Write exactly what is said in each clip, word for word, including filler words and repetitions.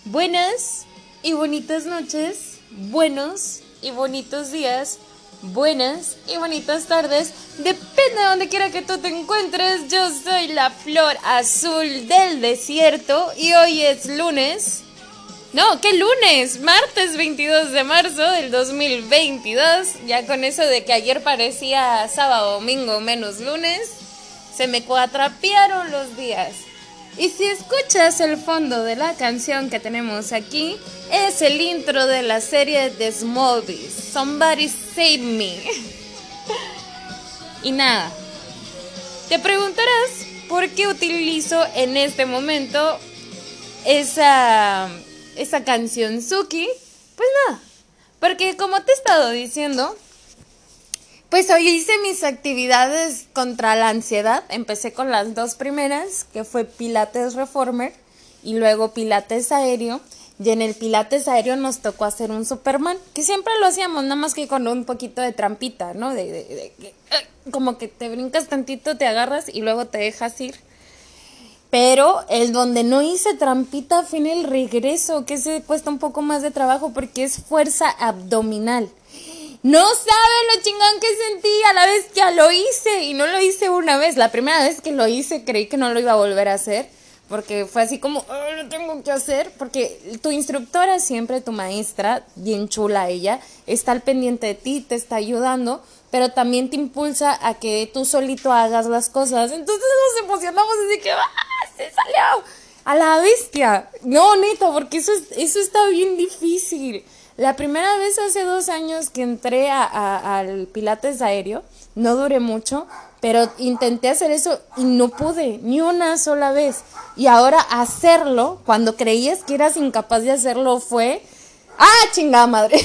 Buenas y bonitas noches, buenos y bonitos días, buenas y bonitas tardes, depende de donde quiera que tú te encuentres. Yo soy la flor azul del desierto y hoy es lunes. No, ¿qué lunes? Martes veintidós de marzo del dos mil veintidós. Ya con eso de que ayer parecía sábado, domingo, menos lunes, se me cuatrapearon los días. Y si escuchas el fondo de la canción que tenemos aquí, es el intro de la serie de Smallville, Somebody Save Me. Y nada, te preguntarás por qué utilizo en este momento esa, esa canción Suki. Pues nada, porque como te he estado diciendo, pues hoy hice mis actividades contra la ansiedad. Empecé con las dos primeras, que fue Pilates Reformer y luego Pilates Aéreo. Y en el Pilates Aéreo nos tocó hacer un Superman, que siempre lo hacíamos, nada más que con un poquito de trampita, ¿no? De, de, de, de como que te brincas tantito, te agarras y luego te dejas ir. Pero el donde no hice trampita fue en el regreso, que se cuesta un poco más de trabajo porque es fuerza abdominal. No saben lo chingón que sentí a la vez que lo hice. Y no lo hice una vez. La primera vez que lo hice creí que no lo iba a volver a hacer, porque fue así como, oh, lo tengo que hacer. Porque tu instructora siempre, tu maestra, bien chula ella, está al pendiente de ti, te está ayudando, pero también te impulsa a que tú solito hagas las cosas. Entonces nos emocionamos y que, ¡ah! ¡Se salió! A la bestia. No, neta, porque eso, es, eso está bien difícil. La primera vez hace dos años que entré a, a, al Pilates Aéreo, no duré mucho, pero intenté hacer eso y no pude, ni una sola vez. Y ahora hacerlo, cuando creías que eras incapaz de hacerlo, fue... ¡Ah, chingada madre!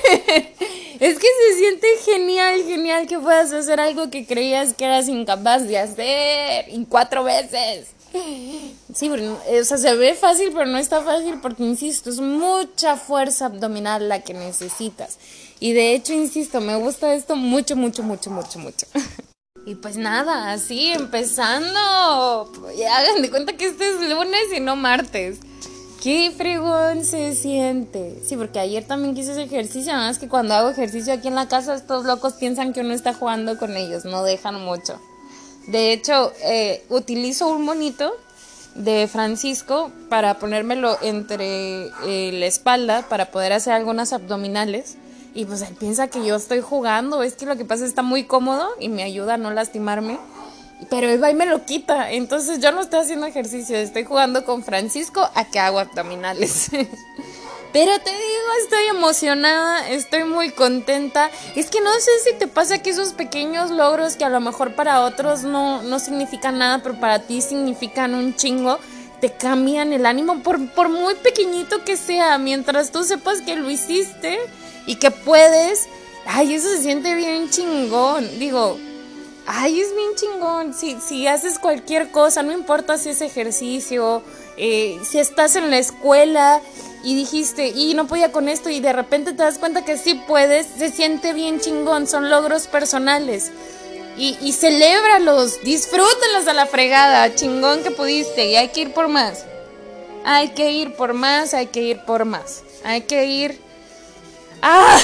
Es que se siente genial, genial que puedas hacer algo que creías que eras incapaz de hacer, y cuatro veces. Sí, pero, o sea, se ve fácil, pero no está fácil porque, insisto, es mucha fuerza abdominal la que necesitas. Y de hecho, insisto, me gusta esto mucho, mucho, mucho, mucho, mucho. Y pues nada, así, empezando. Ya hagan de cuenta que este es lunes y no martes. Qué fregón se siente. Sí, porque ayer también quise hacer ejercicio, nada más que cuando hago ejercicio aquí en la casa, estos locos piensan que uno está jugando con ellos, no dejan mucho. De hecho, eh, utilizo un monito de Francisco para ponérmelo entre eh, la espalda para poder hacer algunas abdominales. Y pues él piensa que yo estoy jugando. Es que lo que pasa es que está muy cómodo y me ayuda a no lastimarme. Pero él va y me lo quita. Entonces yo no estoy haciendo ejercicio, estoy jugando con Francisco a que hago abdominales. Pero te digo, estoy emocionada, estoy muy contenta. Es que no sé si te pasa que esos pequeños logros que a lo mejor para otros no, no significan nada, pero para ti significan un chingo, te cambian el ánimo por, por muy pequeñito que sea. Mientras tú sepas que lo hiciste y que puedes, ay, eso se siente bien chingón. Digo, ay, es bien chingón. Si, si haces cualquier cosa, no importa si es ejercicio, eh, si estás en la escuela y dijiste, y no podía con esto, y de repente te das cuenta que sí puedes, se siente bien chingón, son logros personales. Y, y celébralos, disfrútalos a la fregada, chingón que pudiste, y hay que ir por más. Hay que ir por más, hay que ir por más. Hay que ir... ¡Ah!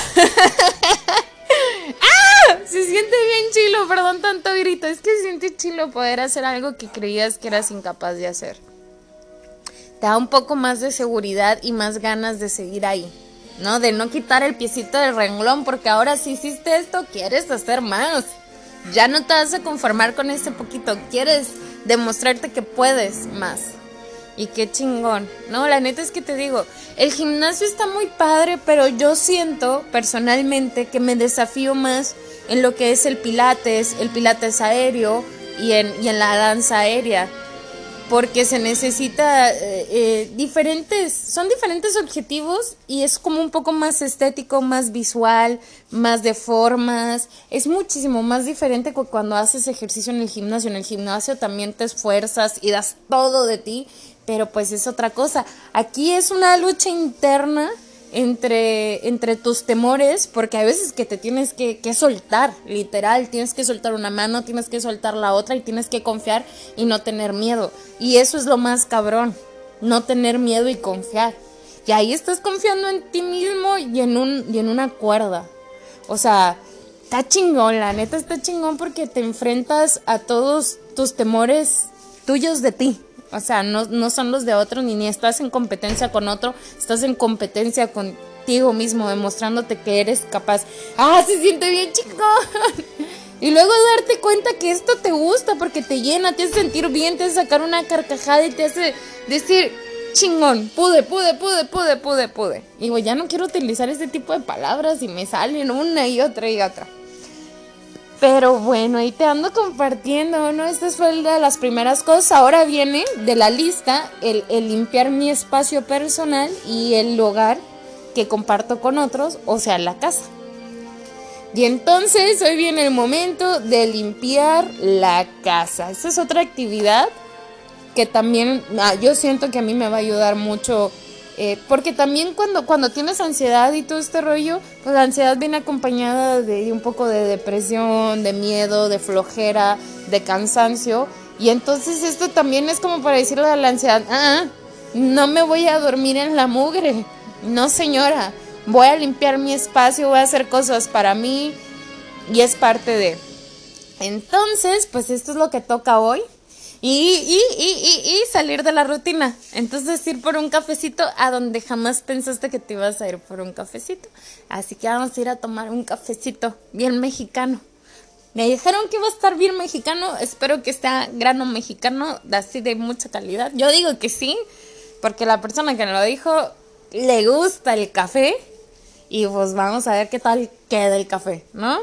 ¡Ah! Se siente bien chilo, perdón tanto grito. Es que se siente chilo poder hacer algo que creías que eras incapaz de hacer. Te da un poco más de seguridad y más ganas de seguir ahí, ¿no? De no quitar el piecito del renglón, porque ahora si hiciste esto, quieres hacer más. Ya no te vas a conformar con este poquito, quieres demostrarte que puedes más. Y qué chingón. No, la neta es que te digo, el gimnasio está muy padre, pero yo siento personalmente que me desafío más en lo que es el pilates, el pilates aéreo y en, y en la danza aérea. Porque se necesita eh, eh, diferentes, son diferentes objetivos y es como un poco más estético, más visual, más de formas. Es muchísimo más diferente que cuando haces ejercicio en el gimnasio. En el gimnasio también te esfuerzas y das todo de ti, pero pues es otra cosa. Aquí es una lucha interna entre, entre tus temores, porque hay veces que te tienes que, que soltar, literal, tienes que soltar una mano, tienes que soltar la otra y tienes que confiar y no tener miedo. Y eso es lo más cabrón, no tener miedo y confiar. Y ahí estás confiando en ti mismo y en, un, y en una cuerda. O sea, está chingón, la neta está chingón porque te enfrentas a todos tus temores tuyos de ti. O sea, no, no son los de otro, ni, ni estás en competencia con otro, estás en competencia contigo mismo, demostrándote que eres capaz. ¡Ah, se siente bien chingón! Y luego darte cuenta que esto te gusta porque te llena, te hace sentir bien, te hace sacar una carcajada y te hace decir, chingón, pude, pude, pude, pude, pude, pude. Y digo, ya no quiero utilizar este tipo de palabras y me salen una y otra y otra. Pero bueno, ahí te ando compartiendo, ¿no? Esta fue una de las primeras cosas. Ahora viene de la lista el, el limpiar mi espacio personal y el hogar que comparto con otros, o sea, la casa. Y entonces hoy viene el momento de limpiar la casa. Esta es otra actividad que también ah, yo siento que a mí me va a ayudar mucho. Eh, porque también cuando, cuando tienes ansiedad y todo este rollo, pues la ansiedad viene acompañada de, de un poco de depresión, de miedo, de flojera, de cansancio. Y entonces esto también es como para decirle a la ansiedad, ah, no me voy a dormir en la mugre. No, señora, voy a limpiar mi espacio, voy a hacer cosas para mí y es parte de. Entonces, pues esto es lo que toca hoy. Y, y, y, y, y salir de la rutina. Entonces ir por un cafecito a donde jamás pensaste que te ibas a ir por un cafecito. Así que vamos a ir a tomar un cafecito bien mexicano. Me dijeron que iba a estar bien mexicano. Espero que esté grano mexicano, así de mucha calidad. Yo digo que sí, porque la persona que me lo dijo le gusta el café. Y pues vamos a ver qué tal queda el café, ¿no?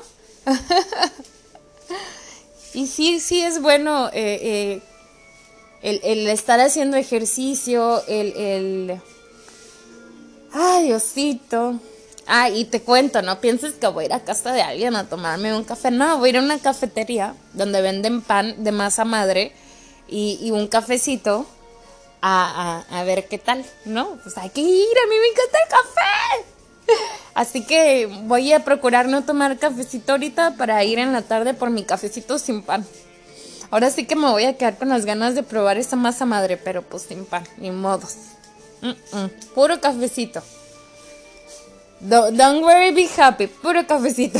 Y sí, sí es bueno eh, eh, el, el estar haciendo ejercicio, el, el... Ay, Diosito. Ah, y te cuento, no pienses que voy a ir a casa de alguien a tomarme un café. No, voy a ir a una cafetería donde venden pan de masa madre y, y un cafecito a, a, a ver qué tal, ¿no? Pues hay que ir, a mí me encanta el café. Así que voy a procurar no tomar cafecito ahorita para ir en la tarde por mi cafecito sin pan. Ahora sí que me voy a quedar con las ganas de probar esa masa madre, pero pues sin pan, ni modos. Mm-mm. Puro cafecito. Don't, don't worry, be happy. Puro cafecito.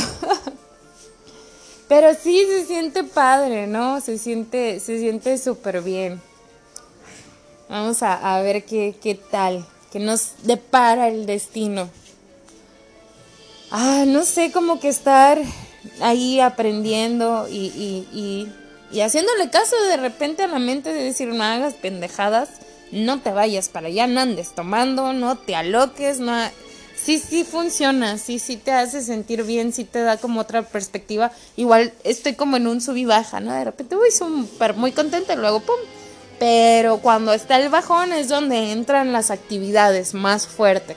Pero sí se siente padre, ¿no? Se siente, se siente súper bien. Vamos a, a ver qué, qué tal, qué nos depara el destino. Ah, no sé, como que estar ahí aprendiendo y, y, y, y haciéndole caso de repente a la mente de decir, no hagas pendejadas, no te vayas para allá, no andes tomando, no te aloques, no. Sí, sí funciona, sí, sí te hace sentir bien, sí te da como otra perspectiva. Igual estoy como en un sub y baja, ¿no? De repente voy súper muy contenta y luego pum. Pero cuando está el bajón es donde entran las actividades más fuertes.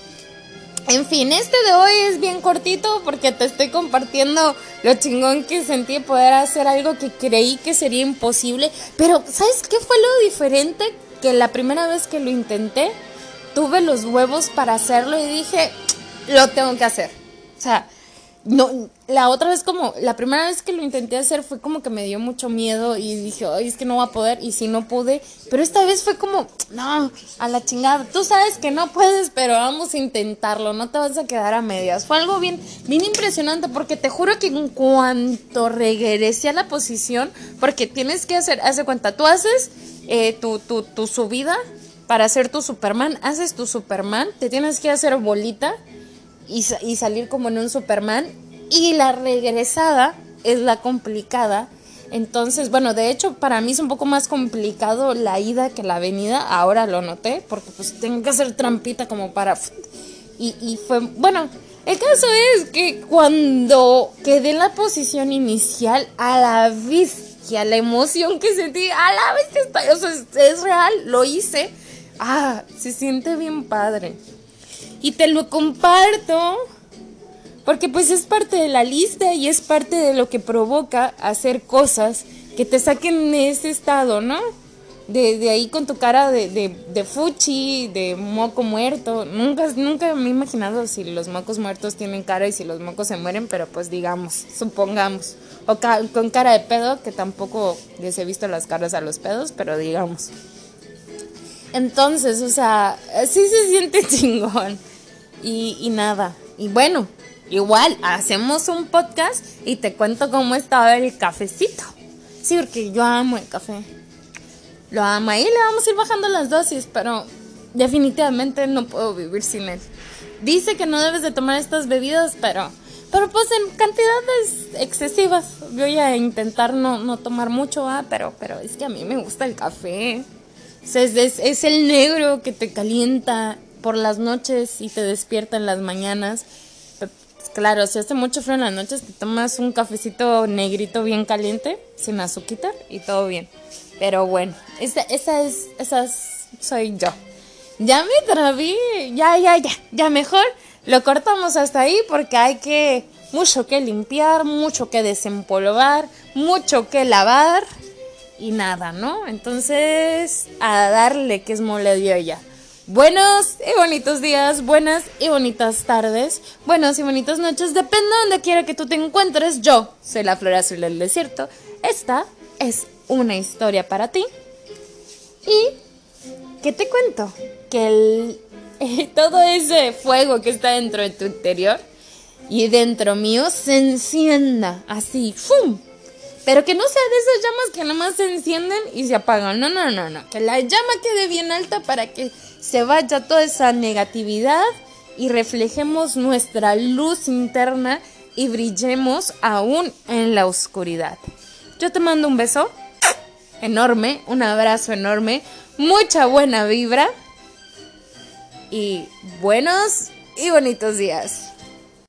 En fin, este de hoy es bien cortito porque te estoy compartiendo lo chingón que sentí poder hacer algo que creí que sería imposible. Pero, ¿sabes qué fue lo diferente? Que la primera vez que lo intenté, tuve los huevos para hacerlo y dije, lo tengo que hacer. O sea, no, la otra vez como, la primera vez que lo intenté hacer fue como que me dio mucho miedo y dije, ay, es que no voy a poder, y si no pude, pero esta vez fue como, no, a la chingada, tú sabes que no puedes, pero vamos a intentarlo, no te vas a quedar a medias. Fue algo bien, bien impresionante, porque te juro que en cuanto regresé a la posición, porque tienes que hacer, haz de cuenta, tú haces eh, tu, tu, tu subida para hacer tu Superman, haces tu Superman, te tienes que hacer bolita, Y, y salir como en un Superman, y la regresada es la complicada. Entonces, bueno, de hecho para mí es un poco más complicado la ida que la venida, ahora lo noté, porque pues tengo que hacer trampita como para... Y, y fue, bueno, el caso es que cuando quedé en la posición inicial, a la bestia, la emoción que sentí, a la bestia, o sea, es, es real, lo hice, ah, se siente bien padre. Y te lo comparto porque pues es parte de la lista y es parte de lo que provoca hacer cosas que te saquen de ese estado, ¿no? De, de ahí con tu cara de, de, de fuchi, de moco muerto. Nunca, nunca me he imaginado si los mocos muertos tienen cara y si los mocos se mueren, pero pues digamos, supongamos. O ca- con cara de pedo, que tampoco les he visto las caras a los pedos, pero digamos. Entonces, o sea, sí se siente chingón. Y, y nada. Y bueno, igual hacemos un podcast y te cuento cómo estaba el cafecito. Sí, porque yo amo el café. Lo amo. Ahí le vamos a ir bajando las dosis, pero definitivamente no puedo vivir sin él. Dice que no debes de tomar estas bebidas, pero, pero pues en cantidades excesivas. Voy a intentar no, no tomar mucho, ¿ah? pero, pero es que a mí me gusta el café. O sea, es, es, es el negro que te calienta por las noches y te despierta en las mañanas. Pues, claro, si hace mucho frío en las noches, te tomas un cafecito negrito bien caliente, sin azúcar y todo bien. Pero bueno, esa, esa es, esa es, soy yo. Ya me trabé, ya, ya, ya, ya mejor lo cortamos hasta ahí porque hay que, mucho que limpiar, mucho que desempolvar, mucho que lavar y nada, ¿no? Entonces, a darle que es mole de olla. Buenos y bonitos días, buenas y bonitas tardes, buenas y bonitas noches, depende de donde quiera que tú te encuentres. Yo soy la flor azul del desierto. Esta es una historia para ti. Y ¿qué te cuento? Que el, eh, todo ese fuego que está dentro de tu interior y dentro mío se encienda así, ¡fum! Pero que no sea de esas llamas que nada más se encienden y se apagan. No, no, no, no. Que la llama quede bien alta para que se vaya toda esa negatividad y reflejemos nuestra luz interna y brillemos aún en la oscuridad. Yo te mando un beso enorme, un abrazo enorme, mucha buena vibra y buenos y bonitos días.